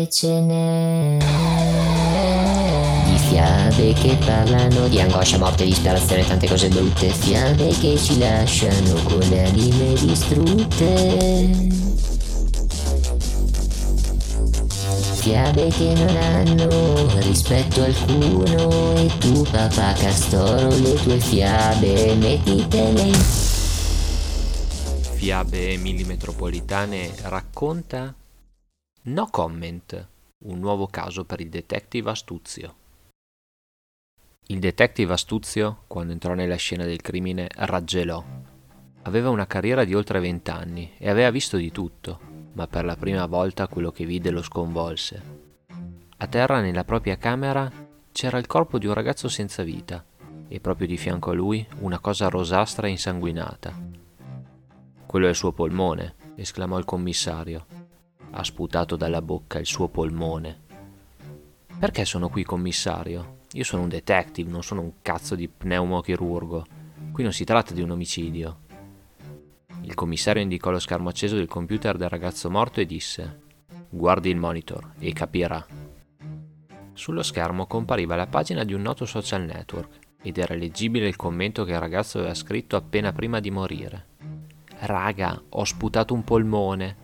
fiabe ce n'è, di fiabe che parlano di angoscia, morte, disperazione, tante cose brutte, fiabe che ci lasciano con le anime distrutte, fiabe che non hanno rispetto alcuno, e tu papà Castoro le tue fiabe mettitele in... Fiabe millimetropolitane racconta No Comment, un nuovo caso per il detective Astuzio. Il detective Astuzio, quando entrò nella scena del crimine, raggelò. Aveva una carriera di oltre 20 anni e aveva visto di tutto, ma per la prima volta quello che vide lo sconvolse. A terra nella propria camera c'era il corpo di un ragazzo senza vita e proprio di fianco a lui una cosa rosastra e insanguinata. «Quello è il suo polmone», esclamò il commissario. Ha sputato dalla bocca il suo polmone. «Perché sono qui, commissario? Io sono un detective, non sono un cazzo di pneumochirurgo. Qui non si tratta di un omicidio». Il commissario indicò lo schermo acceso del computer del ragazzo morto e disse: «Guardi il monitor e capirà». Sullo schermo compariva la pagina di un noto social network ed era leggibile il commento che il ragazzo aveva scritto appena prima di morire. «Raga, ho sputato un polmone».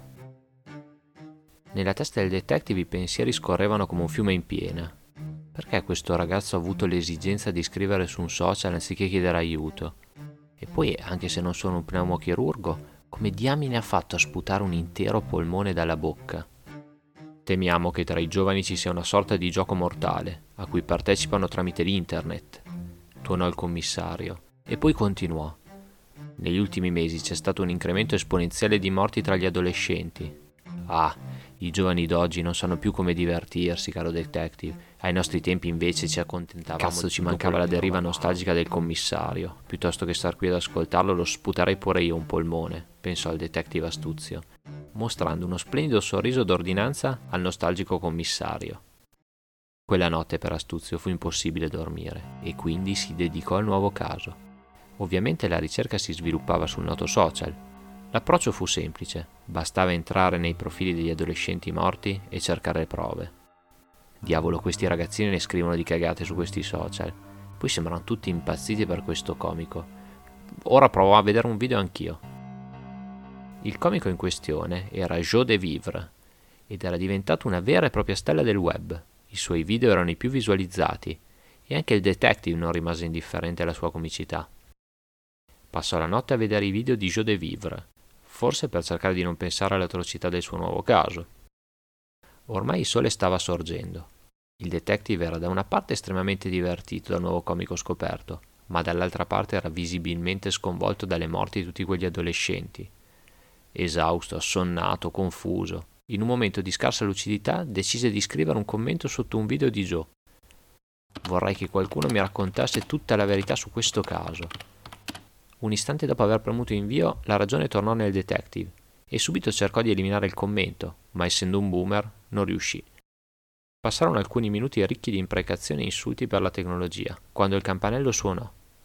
Nella testa del detective i pensieri scorrevano come un fiume in piena. Perché questo ragazzo ha avuto l'esigenza di scrivere su un social anziché chiedere aiuto? E poi, anche se non sono un pneumochirurgo, come diamine ha fatto a sputare un intero polmone dalla bocca? «Temiamo che tra i giovani ci sia una sorta di gioco mortale, a cui partecipano tramite l'internet», tuonò il commissario, e poi continuò. «Negli ultimi mesi c'è stato un incremento esponenziale di morti tra gli adolescenti. Ah, i giovani d'oggi non sanno più come divertirsi, caro detective. Ai nostri tempi invece ci accontentavamo». Cazzo, ci mancava la deriva nostalgica del commissario. Piuttosto che star qui ad ascoltarlo, lo sputerei pure io un polmone, pensò il detective Astuzio, mostrando uno splendido sorriso d'ordinanza al nostalgico commissario. Quella notte per Astuzio fu impossibile dormire e quindi si dedicò al nuovo caso. Ovviamente la ricerca si sviluppava sul noto social. L'approccio fu semplice, bastava entrare nei profili degli adolescenti morti e cercare prove. Diavolo, questi ragazzini ne scrivono di cagate su questi social. Poi sembrano tutti impazziti per questo comico. Ora provo a vedere un video anch'io. Il comico in questione era Joe de Vivre ed era diventato una vera e propria stella del web. I suoi video erano i più visualizzati e anche il detective non rimase indifferente alla sua comicità. Passò la notte a vedere i video di Joe de Vivre, forse per cercare di non pensare all'atrocità del suo nuovo caso. Ormai il sole stava sorgendo. Il detective era da una parte estremamente divertito dal nuovo comico scoperto, ma dall'altra parte era visibilmente sconvolto dalle morti di tutti quegli adolescenti. Esausto, assonnato, confuso, in un momento di scarsa lucidità decise di scrivere un commento sotto un video di Joe. «Vorrei che qualcuno mi raccontasse tutta la verità su questo caso». Un istante dopo aver premuto invio, la ragione tornò nel detective e subito cercò di eliminare il commento, ma essendo un boomer non riuscì. Passarono alcuni minuti ricchi di imprecazioni e insulti per la tecnologia, quando il campanello suonò.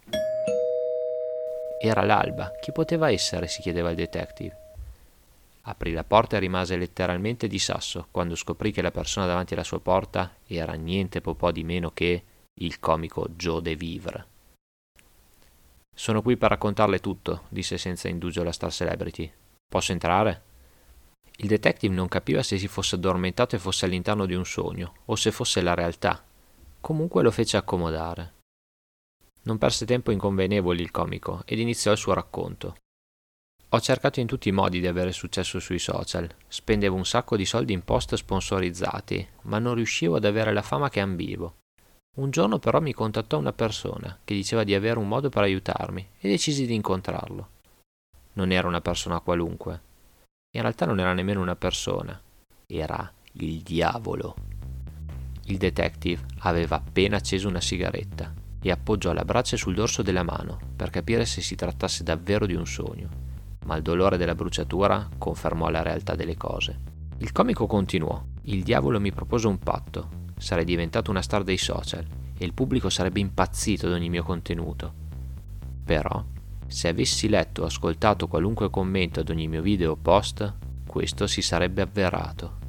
Era l'alba, chi poteva essere? Si chiedeva il detective. Aprì la porta e rimase letteralmente di sasso quando scoprì che la persona davanti alla sua porta era niente po' di meno che il comico Joe de Vivre. «Sono qui per raccontarle tutto», disse senza indugio la star celebrity. «Posso entrare?» Il detective non capiva se si fosse addormentato e fosse all'interno di un sogno, o se fosse la realtà. Comunque lo fece accomodare. Non perse tempo in convenevoli il comico ed iniziò il suo racconto. «Ho cercato in tutti i modi di avere successo sui social. Spendevo un sacco di soldi in post sponsorizzati, ma non riuscivo ad avere la fama che ambivo. Un giorno però mi contattò una persona che diceva di avere un modo per aiutarmi e decisi di incontrarlo. Non era una persona qualunque. In realtà non era nemmeno una persona. Era il diavolo». Il detective aveva appena acceso una sigaretta e appoggiò la braccia sul dorso della mano per capire se si trattasse davvero di un sogno, ma il dolore della bruciatura confermò la realtà delle cose. Il comico continuò. «Il diavolo mi propose un patto. Sarei diventato una star dei social e il pubblico sarebbe impazzito ad ogni mio contenuto. Però, se avessi letto o ascoltato qualunque commento ad ogni mio video o post, questo si sarebbe avverato.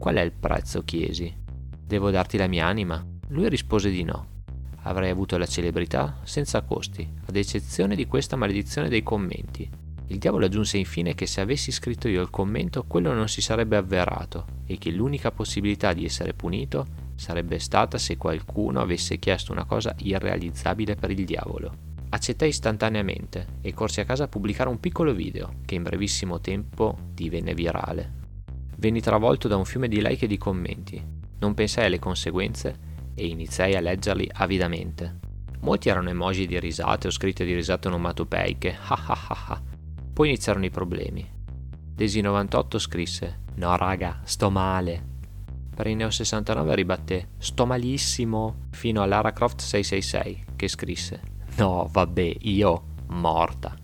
Qual è il prezzo? Chiesi. Devo darti la mia anima? Lui rispose di no. Avrei avuto la celebrità senza costi, ad eccezione di questa maledizione dei commenti. Il diavolo aggiunse infine che se avessi scritto io il commento, quello non si sarebbe avverato e che l'unica possibilità di essere punito sarebbe stata se qualcuno avesse chiesto una cosa irrealizzabile per il diavolo. Accettai istantaneamente e corsi a casa a pubblicare un piccolo video che in brevissimo tempo divenne virale. Venni travolto da un fiume di like e di commenti. Non pensai alle conseguenze e iniziai a leggerli avidamente. Molti erano emoji di risate o scritte di risate onomatopeiche. Poi iniziarono i problemi. Desi98 scrisse: "No raga, sto male". Per il Neo69 ribatté: "Sto malissimo", fino a Lara Croft 666 che scrisse: "No, vabbè, io morta".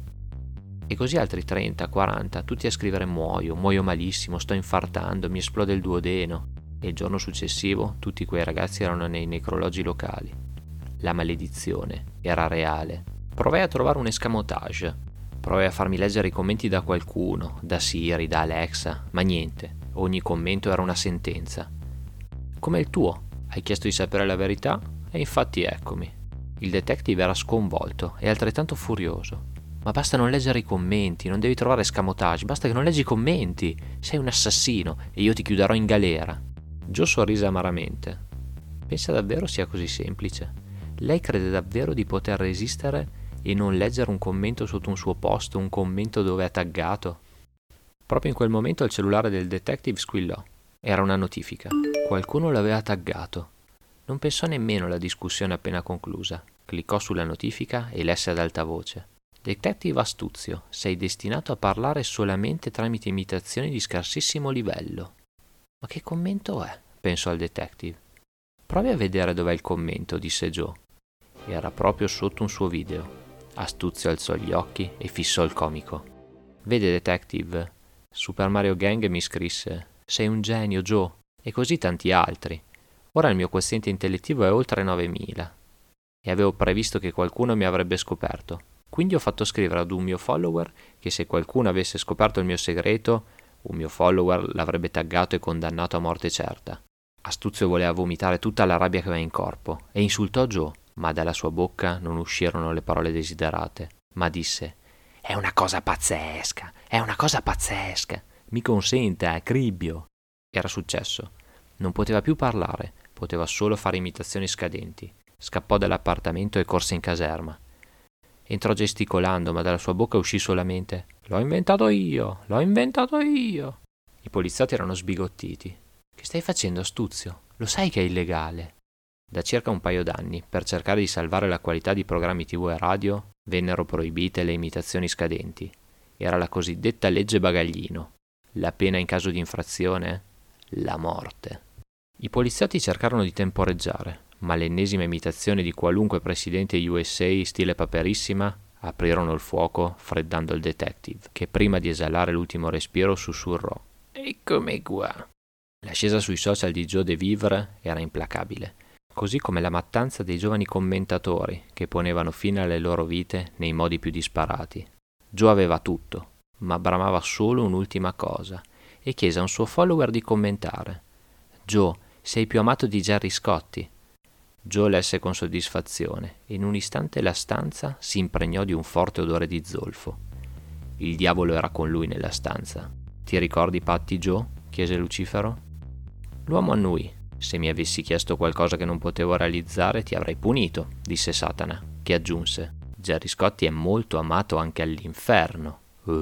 E così altri 30, 40, tutti a scrivere: muoio malissimo, sto infartando, mi esplode il duodeno. E il giorno successivo tutti quei ragazzi erano nei necrologi locali. La maledizione era reale. Provai a trovare un escamotage. Provai a farmi leggere i commenti da qualcuno, da Siri, da Alexa, ma niente. Ogni commento era una sentenza. Come il tuo. Hai chiesto di sapere la verità e infatti eccomi. Il detective era sconvolto e altrettanto furioso. Ma basta non leggere i commenti, non devi trovare escamotage, basta che non leggi i commenti. Sei un assassino e io ti chiuderò in galera. Joe sorrise amaramente. Pensa davvero sia così semplice? Lei crede davvero di poter resistere e non leggere un commento sotto un suo post, un commento dove è taggato? Proprio in quel momento il cellulare del detective squillò. Era una notifica. Qualcuno l'aveva taggato. Non pensò nemmeno alla discussione appena conclusa. Cliccò sulla notifica e lesse ad alta voce: "Detective Astuzio, sei destinato a parlare solamente tramite imitazioni di scarsissimo livello". Ma che commento è? Pensò il detective. Provi a vedere dov'è il commento, disse Joe. Era proprio sotto un suo video. Astuzio alzò gli occhi e fissò il comico. "Vede, detective, Super Mario Gang mi scrisse: sei un genio, Joe", e così tanti altri. Ora il mio quoziente intellettivo è oltre 9000 e avevo previsto che qualcuno mi avrebbe scoperto. Quindi ho fatto scrivere ad un mio follower che se qualcuno avesse scoperto il mio segreto, un mio follower l'avrebbe taggato e condannato a morte certa. Astuzio voleva vomitare tutta la rabbia che aveva in corpo e insultò Joe, ma dalla sua bocca non uscirono le parole desiderate, ma disse: "È una cosa pazzesca, è una cosa pazzesca. Mi consenta, Cribbio". Era successo. Non poteva più parlare, poteva solo fare imitazioni scadenti. Scappò dall'appartamento e corse in caserma. Entrò gesticolando, ma dalla sua bocca uscì solamente: "L'ho inventato io, l'ho inventato io". I poliziotti erano sbigottiti. "Che stai facendo, Astuzio? Lo sai che è illegale". Da circa un paio d'anni, per cercare di salvare la qualità di programmi TV e radio, vennero proibite le imitazioni scadenti. Era la cosiddetta legge Bagaglino. La pena in caso di infrazione? La morte. I poliziotti cercarono di temporeggiare, ma l'ennesima imitazione di qualunque presidente USA stile Paperissima aprirono il fuoco freddando il detective, che prima di esalare l'ultimo respiro sussurrò: "Eccomi qua". L'ascesa sui social di Joe De Vivre era implacabile, così come la mattanza dei giovani commentatori che ponevano fine alle loro vite nei modi più disparati. Joe aveva tutto, ma bramava solo un'ultima cosa e chiese a un suo follower di commentare: "Joe, sei più amato di Gerry Scotti". Joe lesse con soddisfazione e in un istante la stanza si impregnò di un forte odore di zolfo. Il diavolo era con lui nella stanza. "Ti ricordi Patti, Joe?" chiese Lucifero. "L'uomo annui. Se mi avessi chiesto qualcosa che non potevo realizzare ti avrei punito", disse Satana, che aggiunse: "Gerry Scotti è molto amato anche all'inferno".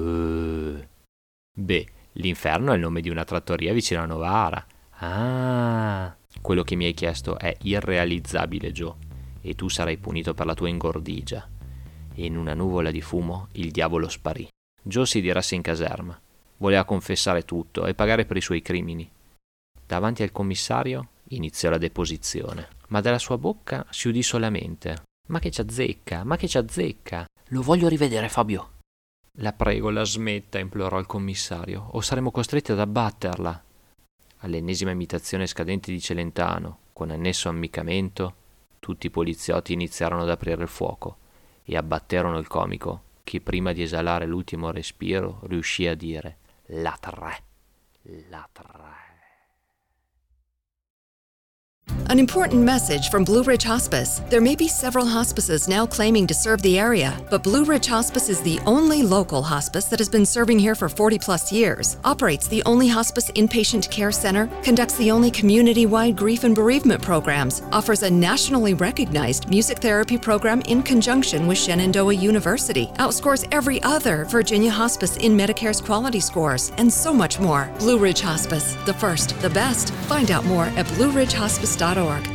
Beh, l'inferno è il nome di una trattoria vicino a Novara. Ah, quello che mi hai chiesto è irrealizzabile, Joe, e tu sarai punito per la tua ingordigia. E in una nuvola di fumo il diavolo sparì. Joe si diresse in caserma. Voleva confessare tutto e pagare per i suoi crimini. Davanti al commissario iniziò la deposizione, ma dalla sua bocca si udì solamente: "Ma che ci azzecca, ma che ci azzecca! Lo voglio rivedere, Fabio!" "La prego, la smetta", implorò il commissario, "o saremo costretti ad abbatterla". All'ennesima imitazione scadente di Celentano, con annesso ammiccamento, tutti i poliziotti iniziarono ad aprire il fuoco e abbatterono il comico che prima di esalare l'ultimo respiro riuscì a dire: "La 3, la 3". An important message from Blue Ridge Hospice. There may be several hospices now claiming to serve the area, but Blue Ridge Hospice is the only local hospice that has been serving here for 40 plus years, operates the only hospice inpatient care center, conducts the only community-wide grief and bereavement programs, offers a nationally recognized music therapy program in conjunction with Shenandoah University, outscores every other Virginia hospice in Medicare's quality scores, and so much more. Blue Ridge Hospice, the first, the best. Find out more at blueridgehospice.org.